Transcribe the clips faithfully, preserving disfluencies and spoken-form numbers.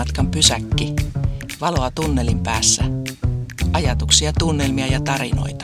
Puolimatkan pysäkki. Valoa tunnelin päässä. Ajatuksia, tunnelmia ja tarinoita.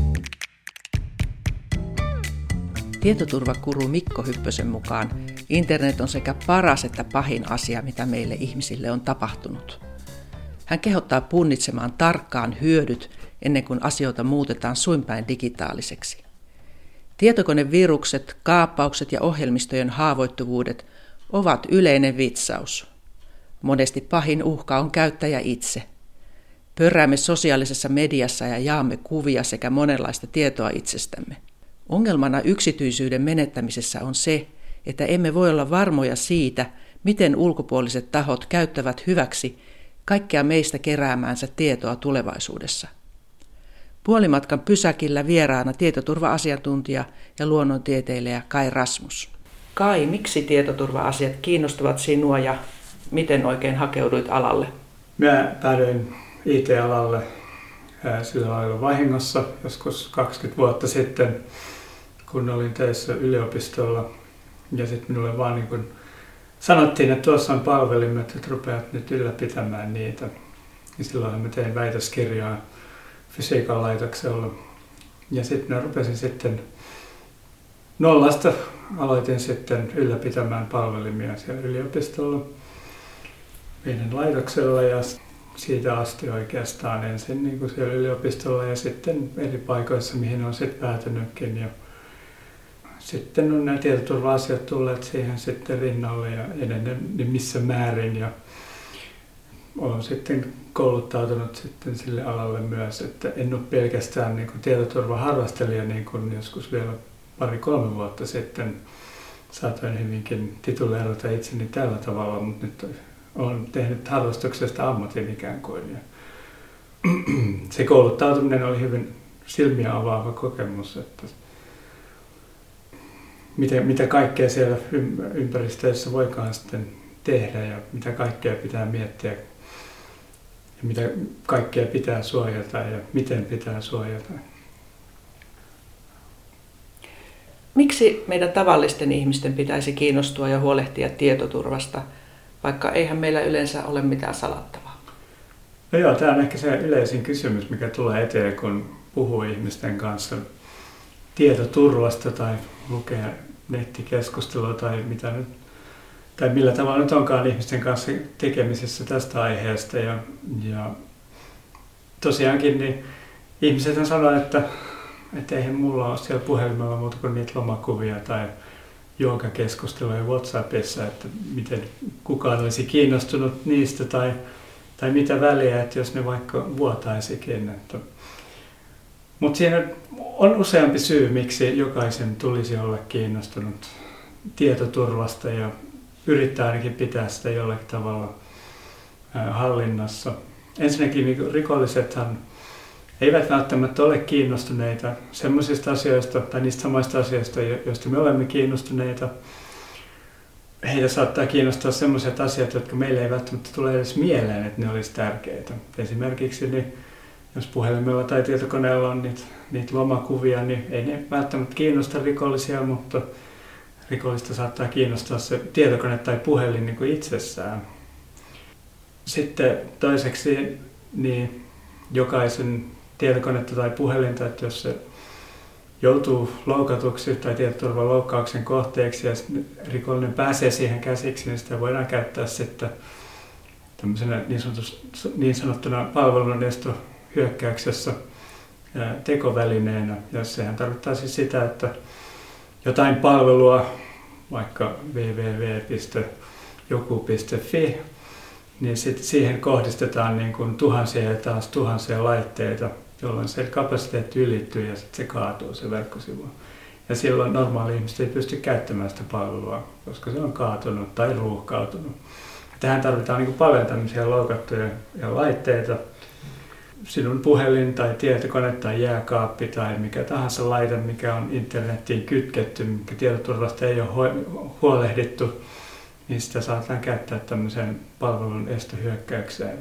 Tietoturvakuru Mikko Hyppösen mukaan internet on sekä paras että pahin asia, mitä meille ihmisille on tapahtunut. Hän kehottaa punnitsemaan tarkkaan hyödyt ennen kuin asioita muutetaan suinpäin digitaaliseksi. Tietokonevirukset, kaappaukset ja ohjelmistojen haavoittuvuudet ovat yleinen vitsaus. Monesti pahin uhka on käyttäjä itse. Pörräämme sosiaalisessa mediassa ja jaamme kuvia sekä monenlaista tietoa itsestämme. Ongelmana yksityisyyden menettämisessä on se, että emme voi olla varmoja siitä, miten ulkopuoliset tahot käyttävät hyväksi kaikkea meistä keräämäänsä tietoa tulevaisuudessa. Puolimatkan pysäkillä vieraana tietoturva-asiantuntija ja luonnontieteilijä Kai Rasmus. Kai, miksi tietoturva-asiat kiinnostavat sinua ja miten oikein hakeuduit alalle? Mä päädyin I T-alalle sillä lailla vahingossa joskus kaksikymmentä vuotta sitten, kun olin töissä yliopistolla. Ja sitten minulle vaan niin kun sanottiin, että tuossa on palvelimet, että rupeat nyt ylläpitämään niitä. Ja silloin mä tein väitöskirjaa fysiikan laitoksella. Ja sitten mä rupesin sitten nollasta, aloitin sitten ylläpitämään palvelimia siellä yliopistolla meidän laitoksella. Ja siitä asti oikeastaan ensin niin kuin siellä yliopistolla ja sitten eri paikoissa, mihin on sitten päätynytkin. Ja sitten on nämä tietoturva-asiat tulleet siihen sitten rinnalle ja edelleen niin missä määrin. Ja olen sitten kouluttautunut sitten sille alalle myös, että en ole pelkästään niin kuin tietoturvaharrastelija, niin kuin joskus vielä pari-kolme vuotta sitten saatoin hyvinkin tituleerata itseni tällä tavalla, mutta nyt olen tehnyt harrastuksesta ammatin ikään kuin. Ja se kouluttautuminen oli hyvin silmiä avaava kokemus, että mitä, mitä kaikkea siellä ympäristössä voikaan sitten tehdä ja mitä kaikkea pitää miettiä ja mitä kaikkea pitää suojata ja miten pitää suojata. Miksi meidän tavallisten ihmisten pitäisi kiinnostua ja huolehtia tietoturvasta, vaikka eihän meillä yleensä ole mitään salattavaa? No joo, tämä on ehkä se yleisin kysymys, mikä tulee eteen, kun puhuu ihmisten kanssa tietoturvasta tai lukee nettikeskustelua tai mitä nyt, tai millä tavalla nyt onkaan ihmisten kanssa tekemisissä tästä aiheesta. Ja, ja tosiaankin niin ihmiset sanoo, että, että eihän mulla ole siellä puhelimella muuta kuin niitä lomakuvia tai joogakeskusteluja WhatsAppissa, että miten kukaan olisi kiinnostunut niistä tai, tai mitä väliä, että jos ne vaikka vuotaisikin. Että. Mutta siinä on useampi syy, miksi jokaisen tulisi olla kiinnostunut tietoturvasta ja yrittää ainakin pitää sitä jollakin tavalla hallinnassa. Ensinnäkin rikollisethan eivät välttämättä ole kiinnostuneita semmoisista asioista tai niistä samoista asioista, joista me olemme kiinnostuneita. Heitä saattaa kiinnostaa sellaiset asiat, jotka meille ei välttämättä tule edes mieleen, että ne olisi tärkeitä. Esimerkiksi niin, jos puhelimella tai tietokoneella on niitä, niitä lomakuvia, niin ei ne välttämättä kiinnosta rikollisia, mutta rikollista saattaa kiinnostaa se tietokone tai puhelin niin kuin itsessään. Sitten toiseksi niin jokaisen tietokonetta tai puhelinta, että jos se joutuu loukatuksi tai tietoturvan loukkauksen kohteeksi ja rikollinen pääsee siihen käsiksi, niin sitä voidaan käyttää sitten tämmöisenä niin, niin sanottuna palvelunestohyökkäyksessä tekovälineenä. Ja sehän tarkoittaa siis sitä, että jotain palvelua, vaikka double-u double-u double-u piste joku piste fi, niin sitten siihen kohdistetaan niin kuin tuhansia ja taas tuhansia laitteita, jolloin se kapasiteetti ylittyy ja sitten se kaatuu se verkkosivu. Ja silloin normaali ihmiset ei pysty käyttämään sitä palvelua, koska se on kaatunut tai ruuhkautunut. Ja tähän tarvitaan niin kuin paljon tämmöisiä loukattuja laitteita. Sinun puhelin tai tietokone tai jääkaappi tai mikä tahansa laite, mikä on internettiin kytketty, mikä tietoturvasta ei ole huolehdittu, niin sitä saataan käyttää tämmöiseen palvelun estohyökkäykseen.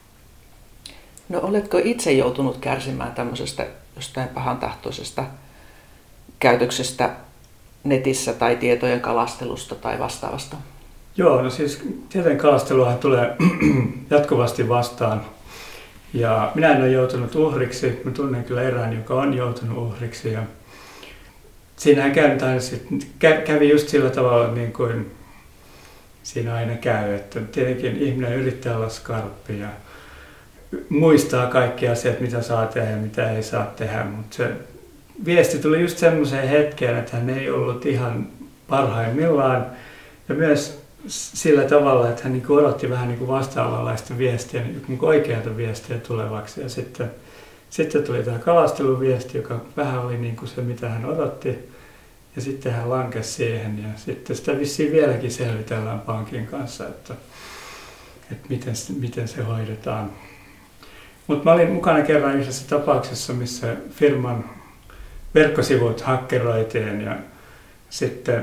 No oletko itse joutunut kärsimään tämmöisestä jostain pahantahtoisesta käytöksestä netissä tai tietojen kalastelusta tai vastaavasta? Joo, no siis tieteen kalasteluahan tulee jatkuvasti vastaan. Ja minä en ole joutunut uhriksi, mä tunnen kyllä erään, joka on joutunut uhriksi. Ja siinähän käy, sit, kävi just sillä tavalla, niin kuin siinä aina käy, että tietenkin ihminen yrittää olla skarppi ja muistaa kaikki asiat, mitä saa tehdä ja mitä ei saa tehdä, mutta se viesti tuli just semmoiseen hetkeen, että hän ei ollut ihan parhaimmillaan ja myös sillä tavalla, että hän niin odotti vähän niin vastaavanlaista viestiä, niin oikeata viestiä tulevaksi. Ja sitten, sitten tuli tämä kalasteluviesti, joka vähän oli niin kuin se, mitä hän odotti. Ja sitten hän lankesi siihen ja sitten sitä vissiin vieläkin selvitellään pankin kanssa, että, että miten, miten se hoidetaan. Mutta mä olin mukana kerran yhdessä tapauksessa, missä firman verkkosivut hakkeroitiin ja sitten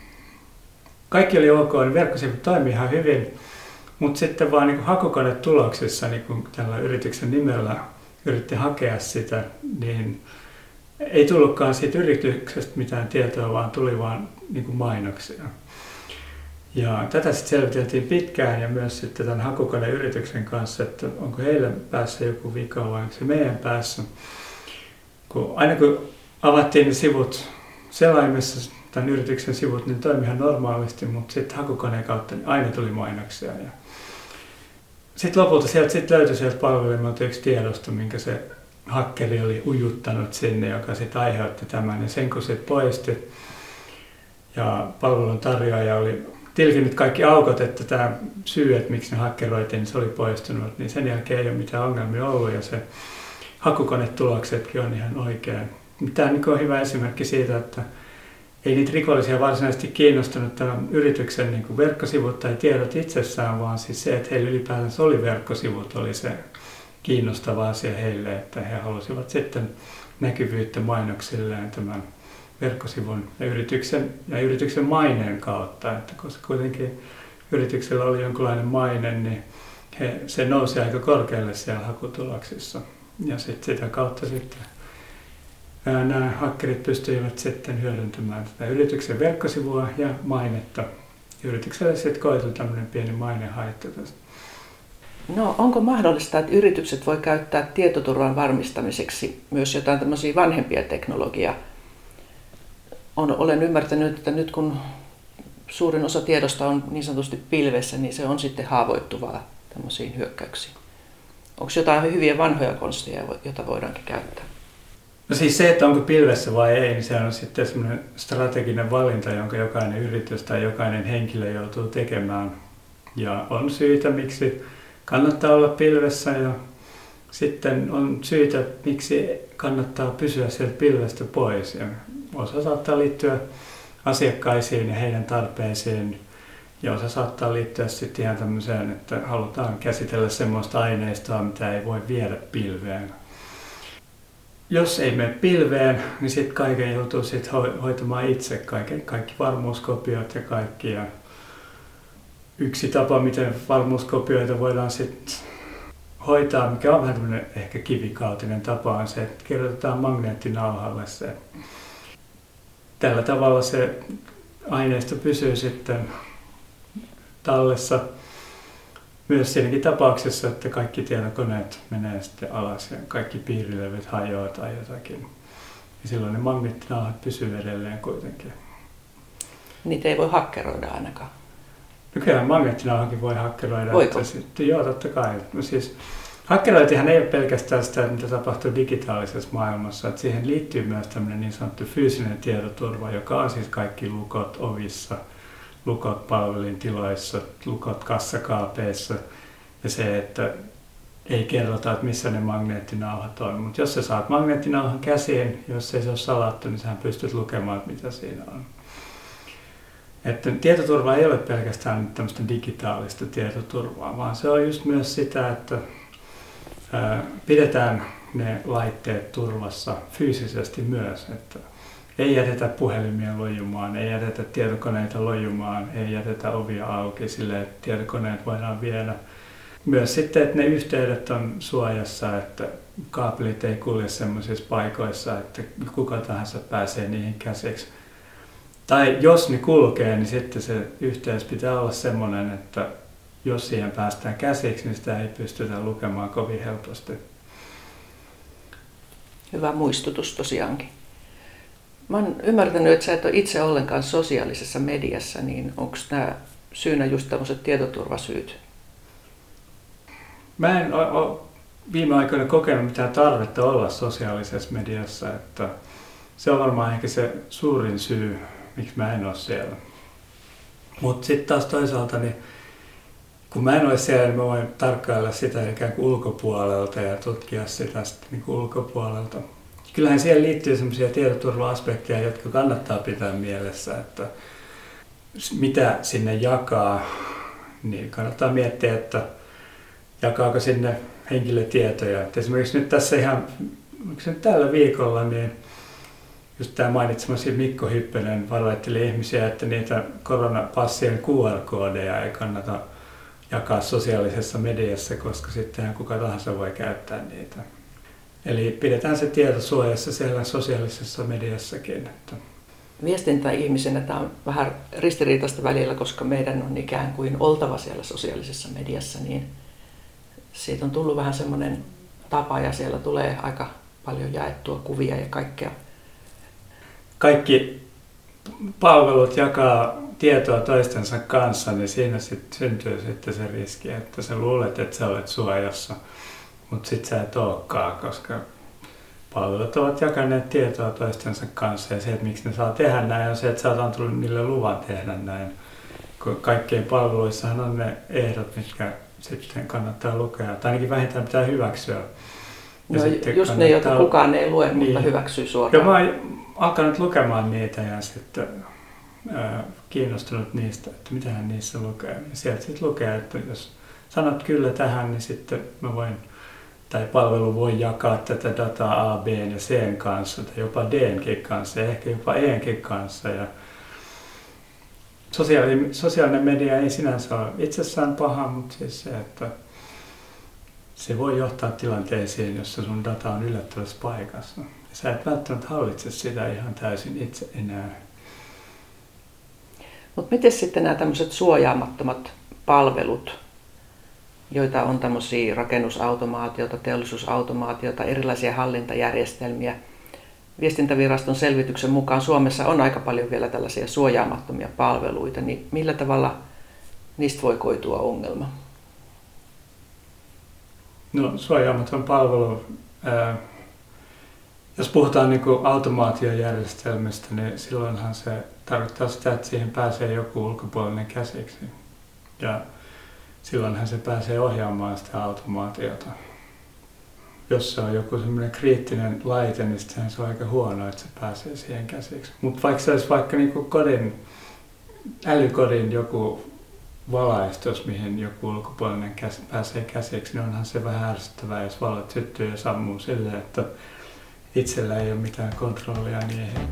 kaikki oli ok, niin verkkosivut toimi ihan hyvin, mutta sitten vaan niin hakukonetuloksissa, niin kun tällä yrityksen nimellä yritti hakea sitä, niin ei tullutkaan siitä yrityksestä mitään tietoa, vaan tuli vaan niin kuin mainoksia. Ja tätä sitten selviteltiin pitkään ja myös sitten tämän hakukoneyrityksen kanssa, että onko heillä päässä joku vika vai onko se meidän päässä. Kun aina kun avattiin ne sivut selaimessa, tämän yrityksen sivut, niin toimi ihan normaalisti, mutta sitten hakukoneen kautta niin aina tuli mainoksia. Ja sitten lopulta sieltä sit löytyi sieltä palvelimelta yksi tiedosto, minkä se hakkeri oli ujuttanut sinne, joka sitten aiheutti tämän. Ja sen kun se poisti ja palvelun tarjoaja oli tilkinyt kaikki aukot, että tämä syy, että miksi ne hakkeroitiin, niin se oli poistunut, niin sen jälkeen ei ole mitään ongelmia ollut ja se hakukonetuloksetkin on ihan oikein. Tämä on hyvä esimerkki siitä, että ei niitä rikollisia varsinaisesti kiinnostunut tämän yrityksen niin kuin verkkosivut tai tiedot itsessään, vaan siis se, että heillä ylipäätänsä oli verkkosivut, oli se kiinnostava asia heille, että he halusivat sitten näkyvyyttä mainoksilleen tämän verkkosivun ja yrityksen, ja yrityksen maineen kautta, että koska kuitenkin yrityksellä oli jonkinlainen maine, niin he, se nousi aika korkealle siellä hakutuloksissa. Ja sitten sitä kautta sitten ää, nämä hakkerit pystyivät sitten hyödyntämään tätä yrityksen verkkosivua ja mainetta. Yritykselle sitten koitui tämmöinen pieni mainehaitta tästä. No, onko mahdollista, että yritykset voi käyttää tietoturvan varmistamiseksi myös jotain tämmöisiä vanhempia teknologiaa? On, olen ymmärtänyt, että nyt kun suurin osa tiedosta on niin sanotusti pilvessä, niin se on sitten haavoittuvaa tämmöisiin hyökkäyksiin. Onko jotain hyviä vanhoja konsteja, joita voidaankin käyttää? No siis se, että onko pilvessä vai ei, niin se on sitten semmoinen strateginen valinta, jonka jokainen yritys tai jokainen henkilö joutuu tekemään. Ja on syitä, miksi kannattaa olla pilvessä ja sitten on syitä, miksi kannattaa pysyä sieltä pilvestä pois. Ja osa saattaa liittyä asiakkaisiin ja heidän tarpeisiin ja osa saattaa liittyä sitten ihan tämmöiseen, että halutaan käsitellä semmoista aineistoa, mitä ei voi viedä pilveen. Jos ei mene pilveen, niin sitten kaiken joutuu sit hoitamaan itse, kaiken, kaikki varmuuskopiot ja kaikki. Ja yksi tapa, miten varmuuskopioita voidaan sitten hoitaa, mikä on vähän tämmöinen ehkä kivikautinen tapa, on se, että kirjoitetaan magneettinauhalle se. Tällä tavalla se aineisto pysyy sitten tallessa myös siinäkin tapauksessa, että kaikki tietokoneet menee sitten alas ja kaikki piirilevyt hajoaa tai jotakin. Ja silloin ne magneettinauhat pysyy edelleen kuitenkin. Niitä ei voi hakkeroida ainakaan. No kyllä magneettinauhakin voi hakkeroida. Voiko? Sitten, joo, totta kai. No siis, hakkerointihan ei ole pelkästään sitä, mitä tapahtuu digitaalisessa maailmassa. Että siihen liittyy myös tämmöinen niin sanottu fyysinen tietoturva, joka on siis kaikki lukot ovissa, lukot palvelintiloissa, lukot kassakaapeissa ja se, että ei kerrota, että missä ne magneettinauhat on. Mutta jos sä saat magneettinauhan käsiin, jos ei se ole salattu, niin sä pystyt lukemaan, mitä siinä on. Että tietoturva ei ole pelkästään tämmöistä digitaalista tietoturvaa, vaan se on just myös sitä, että ää, pidetään ne laitteet turvassa fyysisesti myös. Että ei jätetä puhelimia lojumaan, ei jätetä tietokoneita lojumaan, ei jätetä ovia auki sille, että tietokoneet voidaan viedä. Myös sitten, että ne yhteydet on suojassa, että kaapelit ei kulje sellaisissa paikoissa, että kuka tahansa pääsee niihin käsiksi. Tai jos ne kulkee, niin sitten se yhteys pitää olla semmoinen, että jos siihen päästään käsiksi, niin sitä ei pystytä lukemaan kovin helposti. Hyvä muistutus tosiaankin. Mä oon ymmärtänyt, että sä et ole itse ollenkaan sosiaalisessa mediassa, niin onko nämä syynä just tämmöiset tietoturvasyyt? Mä en ole viime aikoina kokenut mitään tarvetta olla sosiaalisessa mediassa, että se on varmaan ehkä se suurin syy, miksi mä en ole siellä. Mutta sitten taas toisaalta, niin kun mä en ole siellä, niin mä voin tarkkailla sitä ikään kuin ulkopuolelta ja tutkia sitä sitten niin kuin ulkopuolelta. Kyllähän siihen liittyy sellaisia tietoturva-aspekteja, jotka kannattaa pitää mielessä, että mitä sinne jakaa, niin kannattaa miettiä, että jakaako sinne henkilötietoja. Et esimerkiksi nyt tässä ihan, nyt tällä viikolla, niin just tämä mainitsemasi Mikko Hyppönen varoitteli ihmisiä, että niitä koronapassien Q R-koodeja ei kannata jakaa sosiaalisessa mediassa, koska sittenhän kuka tahansa voi käyttää niitä. Eli pidetään se tieto suojassa siellä sosiaalisessa mediassakin. Että. Viestintäihmisenä tämä on vähän ristiriitaista välillä, koska meidän on ikään kuin oltava siellä sosiaalisessa mediassa, niin siitä on tullut vähän semmoinen tapa ja siellä tulee aika paljon jaettua kuvia ja kaikkea. Kaikki palvelut jakaa tietoa toistensa kanssa, niin siinä sitten syntyy sitten se riski, että sä luulet, että sä olet suojassa, mutta sitten sä et olekaan, koska palvelut ovat jakaneet tietoa toistensa kanssa ja se, että miksi ne saa tehdä näin, on se, että sä oot antanut niille luvan tehdä näin. Kaikkien palveluissahan on ne ehdot, mitkä sitten kannattaa lukea, tai ainakin vähintään pitää hyväksyä. Ja no just kannattaa, ne, joita kukaan ei lue, niin, mutta hyväksyy suoraan. Ja mä oon alkanut lukemaan niitä ja sitten ää, kiinnostunut niistä, että mitähän niissä lukee. Ja sieltä sitten lukee, että jos sanot kyllä tähän, niin sitten mä voin, tai palvelu voi jakaa tätä dataa A, B ja C kanssa, tai jopa D:nkin kanssa, ja ehkä jopa E:nkin kanssa. Ja Sosiaalinen, sosiaalinen media ei sinänsä ole itsessään paha, mutta siis se, että se voi johtaa tilanteisiin, jossa sun data on yllättävässä paikassa. Ja sä et välttämättä hallitse sitä ihan täysin itse enää. Mutta miten sitten nämä tämmöiset suojaamattomat palvelut, joita on tämmöisiä rakennusautomaatiota, teollisuusautomaatiota, erilaisia hallintajärjestelmiä. Viestintäviraston selvityksen mukaan Suomessa on aika paljon vielä tällaisia suojaamattomia palveluita, niin millä tavalla niistä voi koitua ongelma? No suojaamaton palvelu, ää, jos puhutaan niin kuin automaatiojärjestelmistä, niin silloinhan se tarkoittaa sitä, että siihen pääsee joku ulkopuolinen käsiksi. Ja silloinhan se pääsee ohjaamaan sitä automaatiota. Jos se on joku semmoinen kriittinen laite, niin sitten se on aika huono, että se pääsee siihen käsiksi. Mutta vaikka se olisi vaikka niin kuin kodin, älykodin joku valaistus, mihin joku ulkopuolinen käs, pääsee käsiksi, niin onhan se vähän ärsyttävää, jos valot syttyy ja sammuu silleen, että itsellä ei ole mitään kontrollia niihin.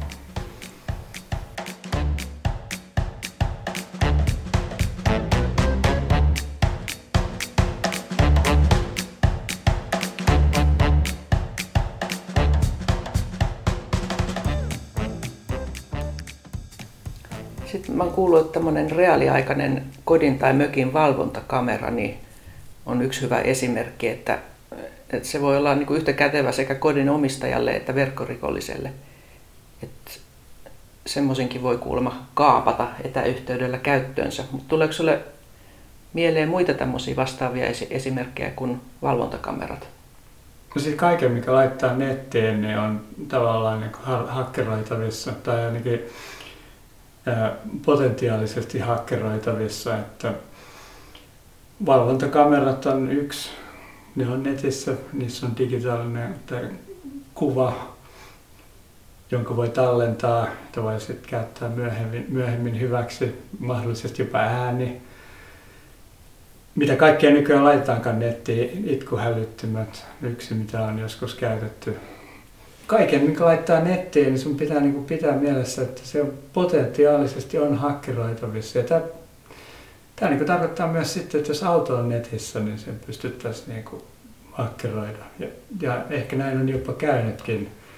Sitten mä oon kuullut, että tämmöinen reaaliaikainen kodin tai mökin valvontakamera niin on yksi hyvä esimerkki, että, että se voi olla niin kuin yhtä kätevä sekä kodin omistajalle että verkkorikolliselle. Että semmoisenkin voi kuulemma kaapata etäyhteydellä käyttöönsä. Mutta tuleeko sulle mieleen muita tämmöisiä vastaavia esimerkkejä kuin valvontakamerat? No siis kaiken, mikä laittaa nettiin, niin on tavallaan niin kuin hakkeroitavissa tai ainakin potentiaalisesti hakkeroitavissa, että valvontakamerat on yksi, ne on netissä, niissä on digitaalinen kuva, jonka voi tallentaa, jota voi sitten käyttää myöhemmin, myöhemmin hyväksi, mahdollisesti jopa ääni. Mitä kaikkea nykyään laitetaankaan nettiin, itkuhälyttimet, yksi mitä on joskus käytetty. Kaiken, mikä laittaa nettiin, niin sun pitää niin kuin pitää mielessä, että se on potentiaalisesti on hakkeroitavissa. Ja tämä, tämä niin kuin tarkoittaa myös sitten, että jos auto on netissä, niin sen pystyttäisiin niin kuin hakkeroida. Ja, ja ehkä näin on jopa käynytkin.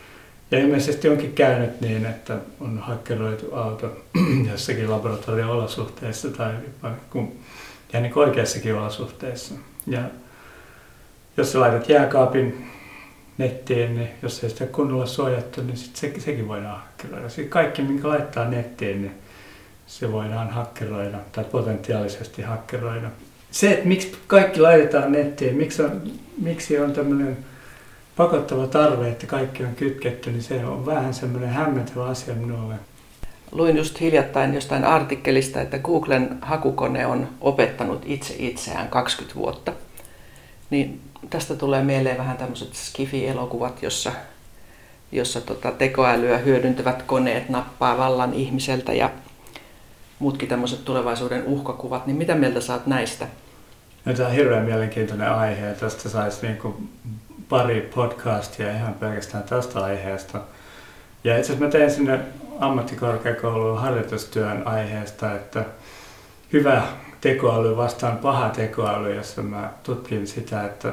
Ja ilmeisesti onkin käynyt niin, että on hakkeroitu auto jossakin laboratorio-olosuhteissa tai ja niin oikeissakin olosuhteissa. Ja jos sä laitat jääkaapin nettiin, niin jos ei sitä kunnolla suojattu, niin sit se, sekin voidaan hakkeroida. Sitten kaikki, minkä laittaa nettiin, niin se voidaan hakkeroida tai potentiaalisesti hakkeroida. Se, että miksi kaikki laitetaan nettiin, miksi on, miksi on tämmöinen pakottava tarve, että kaikki on kytketty, niin se on vähän semmoinen hämmentävä asia minulle. Luin just hiljattain jostain artikkelista, että Googlen hakukone on opettanut itse itseään kaksikymmentä vuotta. Niin tästä tulee mieleen vähän tämmöiset skifi-elokuvat, jossa, jossa tota tekoälyä hyödyntävät koneet nappaa vallan ihmiseltä ja muutkin tämmöiset tulevaisuuden uhkakuvat. Niin mitä mieltä saat näistä? No, tämä on hirveän mielenkiintoinen aihe ja tästä saisi niinku pari podcastia ihan pelkästään tästä aiheesta. Ja itse asiassa mä tein sinne ammattikorkeakouluun harjoitustyön aiheesta, että hyvä tekoäly vastaan paha tekoäly, jossa mä tutkin sitä, että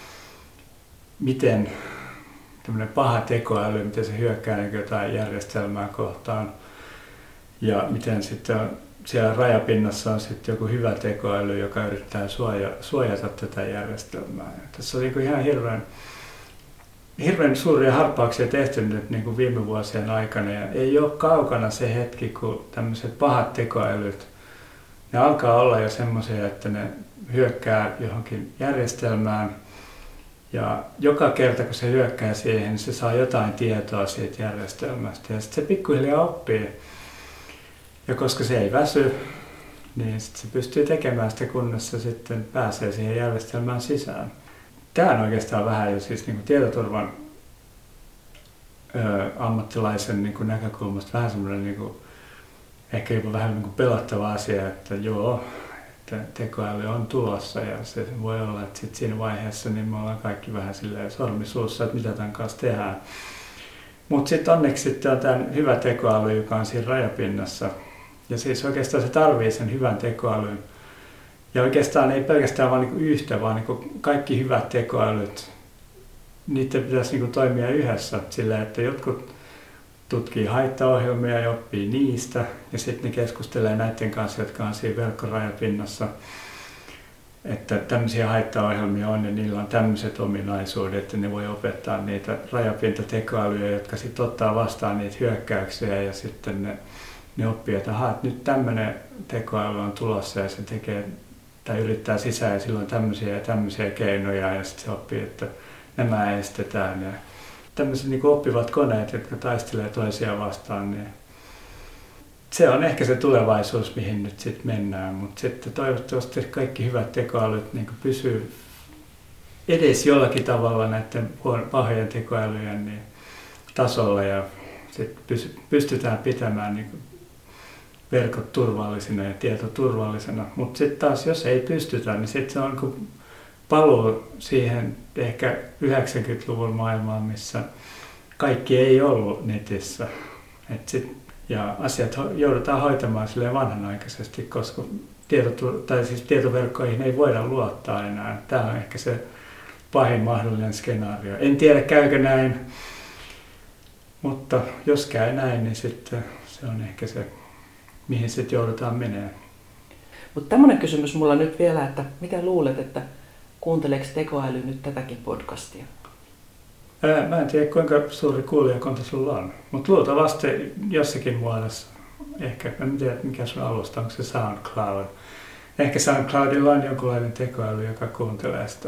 miten tämmöinen paha tekoäly, miten se hyökkää niin jotain järjestelmää kohtaan ja miten sitten on, siellä rajapinnassa on sitten joku hyvä tekoäly, joka yrittää suoja, suojata tätä järjestelmää. Ja tässä on niin kuin ihan hirveän, hirveän suuria harppauksia tehty nyt niin kuin viime vuosien aikana ja ei ole kaukana se hetki, kun tämmöiset pahat tekoälyt ne alkaa olla jo semmoisia, että ne hyökkää johonkin järjestelmään ja joka kerta kun se hyökkää siihen, niin se saa jotain tietoa siitä järjestelmästä ja sitten se pikkuhiljaa oppii. Ja koska se ei väsy, niin sit se pystyy tekemään sitä, kunnes se sitten pääsee siihen järjestelmään sisään. Tämä on oikeastaan vähän jo siis niin kuin tietoturvan ö, ammattilaisen niin kuin näkökulmasta vähän semmoinen niin kuin, ehkä jopa vähän niin kuin pelottava asia, että joo, että tekoäly on tulossa ja se voi olla, että sit siinä vaiheessa niin me ollaan kaikki vähän silleen sormisuussa, että mitä tämän kanssa tehdään. Mutta sitten onneksi sitten on tämä hyvä tekoäly, joka on siinä rajapinnassa. Ja siis oikeastaan se tarvii sen hyvän tekoälyn. Ja oikeastaan ei pelkästään vaan niinku yhtä, vaan niinku kaikki hyvät tekoälyt, niiden pitäisi niinku toimia yhdessä sillä, että jotkut tutkii haittaohjelmia ja oppii niistä. Ja sitten ne keskustelee näiden kanssa, jotka on siinä verkkorajapinnassa. Että tämmöisiä haittaohjelmia on ja niillä on tämmöiset ominaisuudet, että ne voi opettaa niitä rajapintatekoälyjä, jotka sitten ottaa vastaan niitä hyökkäyksiä ja sitten ne, ne oppii, että aha, että nyt tämmöinen tekoäly on tulossa ja se tekee tai yrittää sisään ja silloin tämmöisiä ja tämmöisiä keinoja ja sitten se oppii, että nämä estetään. Ja tämmöiset niin kuin oppivat koneet, jotka taistelee toisiaan vastaan, niin se on ehkä se tulevaisuus, mihin nyt sitten mennään, mutta sitten toivottavasti kaikki hyvät tekoälyt niin kuin pysyy edes jollakin tavalla näiden pahojen tekoälyjen niin tasolla ja sitten pystytään pitämään niin kuin verkot turvallisina ja tieto turvallisena. Mutta sitten taas, jos ei pystytä, niin sitten se on niin paluu siihen ehkä yhdeksänkymmentäluvun maailmaan, missä kaikki ei ollut netissä. Et sit, ja asiat joudutaan hoitamaan silleen vanhanaikaisesti, koska tieto, tai siis tietoverkkoihin ei voida luottaa enää. Tämä on ehkä se pahin mahdollinen skenaario. En tiedä, käykö näin, mutta jos käy näin, niin sitten se on ehkä se, mihin sitten joudutaan menemään. Mutta tämmöinen kysymys mulla nyt vielä, että mitä luulet, että kuunteleeko tekoäly nyt tätäkin podcastia? Ää, mä en tiedä, kuinka suuri kuulijakunta sulla on, mutta luultavasti jossakin muodossa. Ehkä, en tiedä, mikä sun alusta, onko se SoundCloud. Ehkä SoundCloudilla on jonkunlainen tekoäly, joka kuuntelee sitä.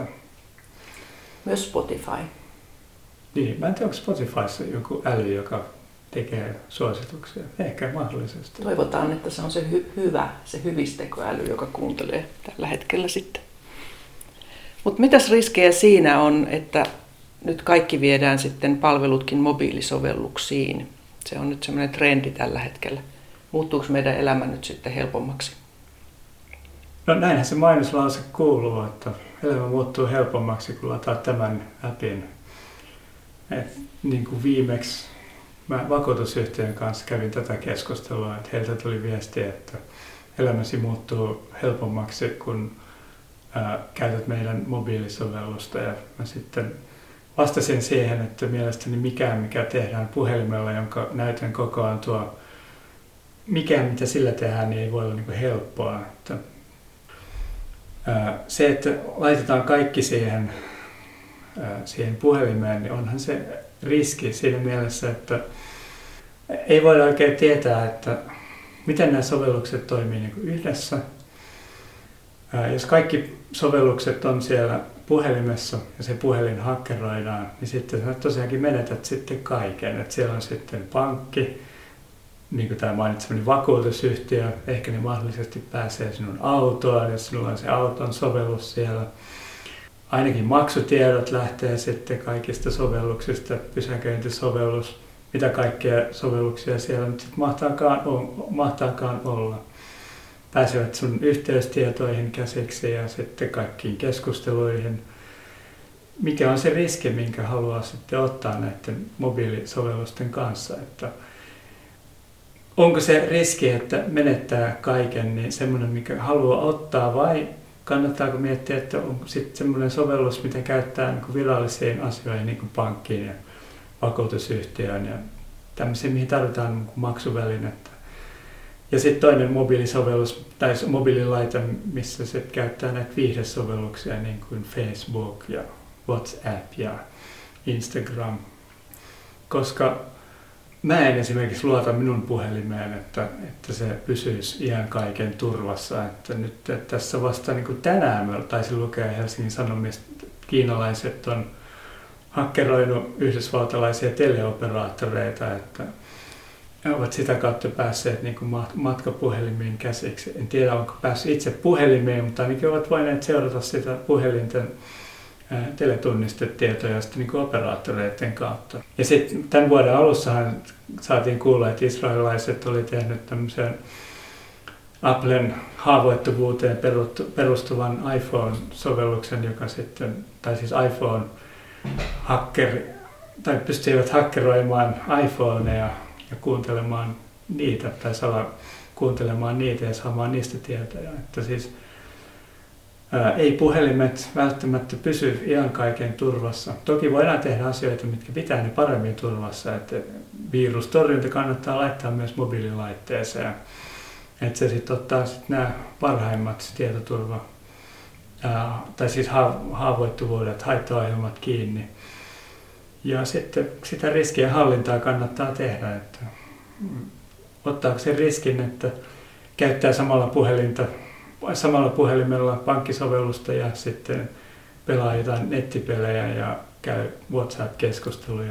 Myös Spotify. Niin, mä en tiedä, onko Spotifyssa joku äly, joka tekee suosituksia. Ehkä mahdollisesti. Toivotaan, että se on se hy- hyvä, se hyvistekoäly, joka kuuntelee tällä hetkellä sitten. Mutta mitäs riskejä siinä on, että nyt kaikki viedään sitten palvelutkin mobiilisovelluksiin? Se on nyt semmoinen trendi tällä hetkellä. Muuttuuko meidän elämä nyt sitten helpommaksi? No näinhän se mainoslause kuuluu, että elämä muuttuu helpommaksi, kun lataa tämän appin. Et niin kuin viimeksi mä vakuutusyhtiön kanssa kävin tätä keskustelua, että heiltä tuli viesti, että elämäsi muuttuu helpommaksi, kun ää, käytät meidän mobiilisovellusta. Ja mä sitten vastasin siihen, että mielestäni mikään, mikä tehdään puhelimella, jonka näytön kokoaan tuo, mikään, mitä sillä tehdään, niin ei voi olla niin kuin helppoa. Että, ää, se, että laitetaan kaikki siihen, ää, siihen puhelimeen, niin onhan se riski siinä mielessä, että ei voida oikein tietää, että miten nämä sovellukset toimii niin kuin yhdessä. Ää, jos kaikki sovellukset on siellä puhelimessa ja se puhelin hakkeroidaan, niin sitten sä tosiaankin menetät sitten kaiken. Että siellä on sitten pankki, niin kuin tämä mainitsemani vakuutusyhtiö, ehkä ne mahdollisesti pääsee sinun autoon, jos sinulla on se auton sovellus siellä. Ainakin maksutiedot lähtee sitten kaikista sovelluksista, pysäköintisovellus, mitä kaikkea sovelluksia siellä nyt sitten mahtaakaan, mahtaakaan olla. Pääsevät sun yhteystietoihin käsiksi ja sitten kaikkiin keskusteluihin. Mikä on se riski, minkä haluaa sitten ottaa näiden mobiilisovellusten kanssa? Että onko se riski, että menettää kaiken, niin semmoinen, mikä haluaa ottaa, vai kannattaako miettiä, että onko sitten semmoinen sovellus, mitä käyttää niin kuin virallisiin asioihin, niin kuin pankkiin ja vakuutusyhtiöön ja tämmöisiin, mihin tarvitaan niin kuin maksuvälinettä. Ja sitten toinen mobiilisovellus tai mobiililaite, missä se käyttää näitä viihdesovelluksia, niin kuin Facebook ja WhatsApp ja Instagram. Koska mä en esimerkiksi luota minun puhelimeen, että, että se pysyisi iän kaiken turvassa. Että nyt että tässä vasta niin kuin tänään mä taisin lukea Helsingin Sanomista, että kiinalaiset on hakkeroinut yhdysvaltalaisia teleoperaattoreita, että ovat sitä kautta päässeet niin kuin matkapuhelimiin käsiksi. En tiedä, onko päässyt itse puhelimeen, mutta ainakin ovat voineet seurata sitä puhelinten ää, teletunnistetietoja sitten niin kuin operaattoreiden kautta. Ja sitten tämän vuoden alussahan saatiin kuulla, että israelilaiset oli tehnyt tämmöisen Applen haavoittuvuuteen perustuvan iPhone-sovelluksen, joka sitten, tai siis iPhone-hakkeri, tai pystyivät hakkeroimaan iPhoneja ja kuuntelemaan niitä tai sala kuuntelemaan niitä ja saamaan niistä tietoja. Että siis, ää, ei puhelimet välttämättä pysy ihan kaiken turvassa. Toki voidaan tehdä asioita, mitkä pitää ne paremmin turvassa. Että virustorjunta kannattaa laittaa myös mobiililaitteeseen. Että se sitten ottaa sit nämä parhaimmat tietoturva, ää, tai siis haavoittuvuudet, haittaohjelmat kiinni. Ja sitten sitä riskien hallintaa kannattaa tehdä, että ottaako sen riskin, että käyttää samalla, puhelinta, samalla puhelimella pankkisovellusta ja sitten pelaa jotain nettipelejä ja käy WhatsApp-keskusteluja.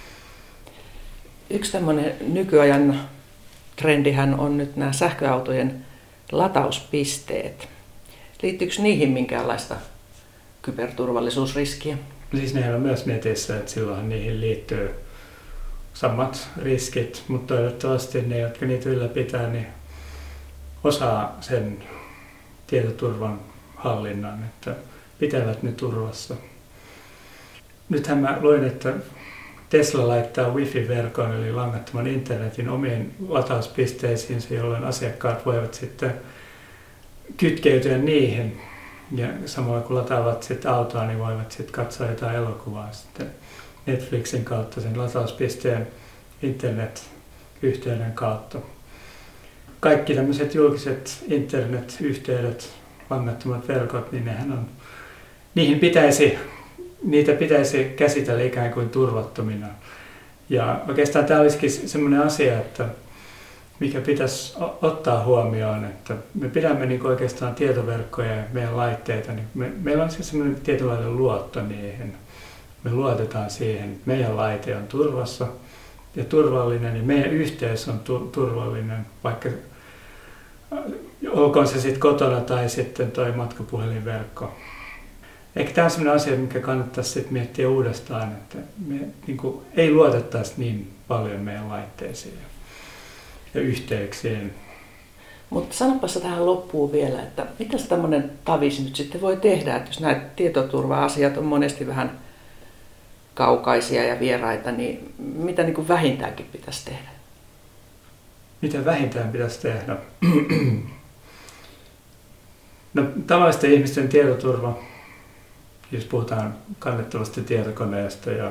Yksi tämmöinen nykyajan trendihän on nyt nämä sähköautojen latauspisteet. Liittyykö niihin minkäänlaista kyberturvallisuusriskiä? Siis nehän on myös netissä, että silloin niihin liittyy samat riskit, mutta toivottavasti ne, jotka niitä ylläpitää, niin osaa sen tietoturvan hallinnan, että pitävät ne turvassa. Nythän mä luin, että Tesla laittaa wifi-verkon eli langattoman internetin omiin latauspisteisiinsä, jolloin asiakkaat voivat sitten kytkeytyä niihin. Ja samalla kun lataavat sitten autoa, niin voivat sitten katsoa jotain elokuvaa sitten Netflixin kautta sen latauspisteen internet-yhteyden kautta. Kaikki tämmöiset julkiset internet-yhteydet, langattomat verkot, niin nehän on, niihin pitäisi, niitä pitäisi käsitellä ikään kuin turvattomina. Ja oikeastaan tämä olisikin semmoinen asia, että mikä pitäisi ottaa huomioon, että me pidämme niin oikeastaan tietoverkkoja ja meidän laitteita, niin me, meillä on siis semmoinen tietynlainen luotto niihin. Me luotetaan siihen, että meidän laite on turvassa ja turvallinen ja meidän yhteys on tu- turvallinen, vaikka olkoon se sitten kotona tai sitten toi matkapuhelinverkko. Ehkä tämä on sellainen asia, mikä kannattaisi sitten miettiä uudestaan, että me niin kuin, ei luotettaisi niin paljon meidän laitteisiin ja yhteyksiin. Mutta sanopas tähän loppuun vielä, että mitä tämmöinen tavis nyt sitten voi tehdä, että jos nämä tietoturva-asiat on monesti vähän kaukaisia ja vieraita, niin mitä niin kuin vähintäänkin pitäisi tehdä? Mitä vähintään pitäisi tehdä? No, tavallisten ihmisten tietoturva jos puhutaan kannettavasta tietokoneesta ja,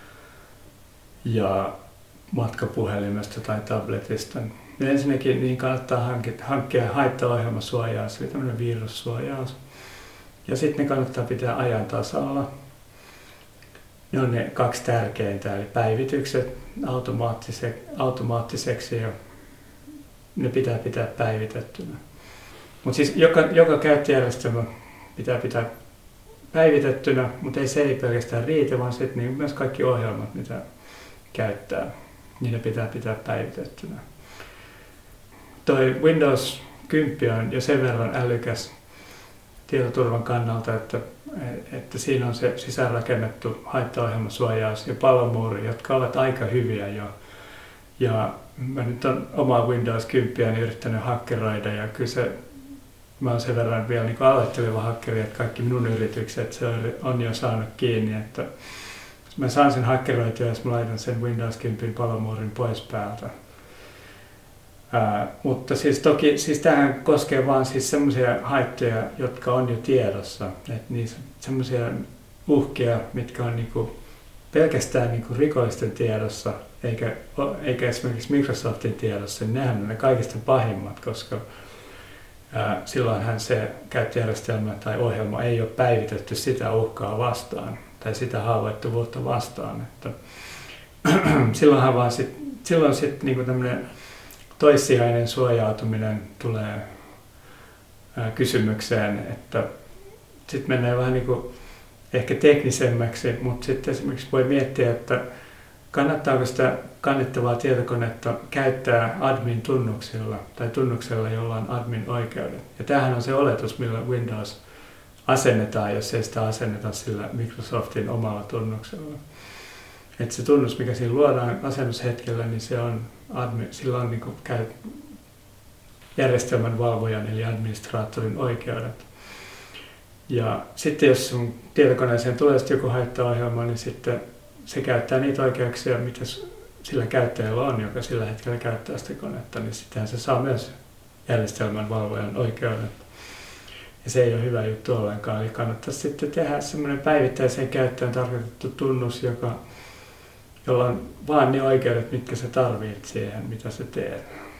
ja matkapuhelimesta tai tabletista, niin ensinnäkin niin kannattaa hankkia, hankkia haittaohjelmasuojaus, eli tämmöinen virussuojaus. Ja sitten ne kannattaa pitää ajan tasalla. Ne on ne kaksi tärkeintä, eli päivitykset automaattise, automaattiseksi ja ne pitää pitää päivitettynä. Mutta siis joka, joka käyttöjärjestelmä pitää pitää päivitettynä, mutta ei se ei pelkästään riitä, vaan sitten niin myös kaikki ohjelmat, mitä käyttää, niin ne pitää pitää päivitettynä. Toi Windows kymmenen on jo sen verran älykäs tietoturvan kannalta, että, että siinä on se sisäänrakennettu haittaohjelmasuojaus ja palomuuri, jotka ovat aika hyviä jo. Ja mä nyt on omaa Windows kymmenen yrittänyt hakkeroida ja kyllä se, mä oon sen verran vielä niin aloitteleva hakkeri, että kaikki minun yritykset se on jo saanut kiinni, että mä saan sen hakkeroitua, jos mä laitan sen Windows kymmenen palomuurin pois päältä. Ää, mutta siis toki siis tämähän koskee vaan siis semmoisia haittoja, jotka on jo tiedossa. Että niissä semmoisia uhkia, mitkä on niinku pelkästään niinku rikollisten tiedossa, eikä, eikä esimerkiksi Microsoftin tiedossa, niin nehän on ne kaikista pahimmat, koska ää, silloinhan se käyttöjärjestelmä tai ohjelma ei ole päivitetty sitä uhkaa vastaan tai sitä haavoittuvuutta vastaan. Että silloinhan vaan sit, silloin sitten niinku tämmöinen toissijainen suojautuminen tulee ää, kysymykseen, että sitten menee vähän niin kuin ehkä teknisemmäksi, mutta sitten esimerkiksi voi miettiä, että kannattaako sitä kannettavaa tietokonetta käyttää admin-tunnuksilla tai tunnuksella, jolla on admin-oikeudet. Ja tämähän on se oletus, millä Windows asennetaan, jos ei sitä asenneta sillä Microsoftin omalla tunnuksella. Että se tunnus, mikä siinä luodaan asennushetkellä, niin se on admin, sillä on niin kuin käy järjestelmän valvojan eli administraattorin oikeudet. Ja sitten jos sun tietokoneeseen tulee joku haittaohjelma, niin sitten se käyttää niitä oikeuksia, mitä sillä käyttäjällä on, joka sillä hetkellä käyttää sitä konetta, niin sittenhän se saa myös järjestelmän valvojan oikeudet. Ja se ei ole hyvä juttu ollenkaan, eli kannattaisi sitten tehdä semmoinen päivittäiseen käyttöön tarkoitettu tunnus, joka jolla on vaan ne oikeudet, mitkä sä tarvitset siihen, mitä sä teet.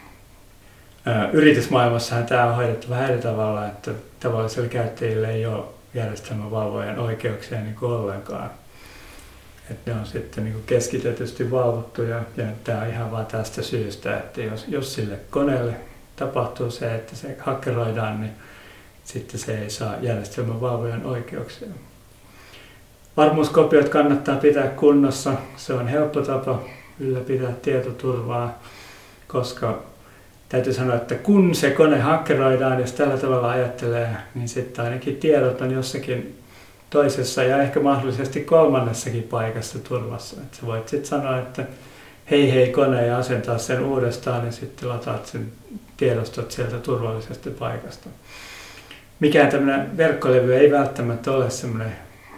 Ää, yritysmaailmassahan tämä on hoidettu vähän eri tavalla, että tavallisilla käyttäjillä ei ole järjestelmävalvojan oikeuksia niin kuin ollenkaan. Et ne on sitten niin kuin keskitetysti valvottuja ja tämä on ihan vaan tästä syystä, että jos, jos sille koneelle tapahtuu se, että se hakkeroidaan, niin sitten se ei saa järjestelmävalvojan oikeuksia. Varmuuskopiot kannattaa pitää kunnossa. Se on helppo tapa ylläpitää tietoturvaa, koska täytyy sanoa, että kun se kone hakkeroidaan, jos tällä tavalla ajattelee, niin sitten ainakin tiedot on jossakin toisessa ja ehkä mahdollisesti kolmannessakin paikassa turvassa. Et sä voit sitten sanoa, että hei hei kone ja asentaa sen uudestaan ja sitten lataat sen tiedostot sieltä turvallisesta paikasta. Mikään tämmöinen verkkolevy ei välttämättä ole semmoinen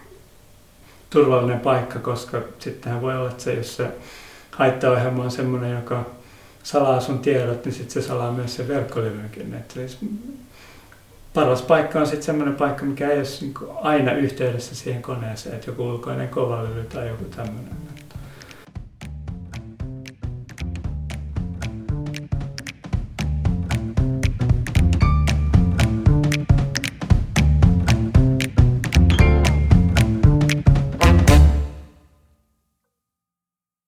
turvallinen paikka, koska sittenhän voi olla, että se, jos se haittaohjelma on semmoinen, joka salaa sun tiedot, niin sitten se salaa myös sen verkkolevynkin. Että siis paras paikka on sitten semmoinen paikka, mikä ei ole aina yhteydessä siihen koneeseen, että joku ulkoinen kovalevy tai joku tämmöinen.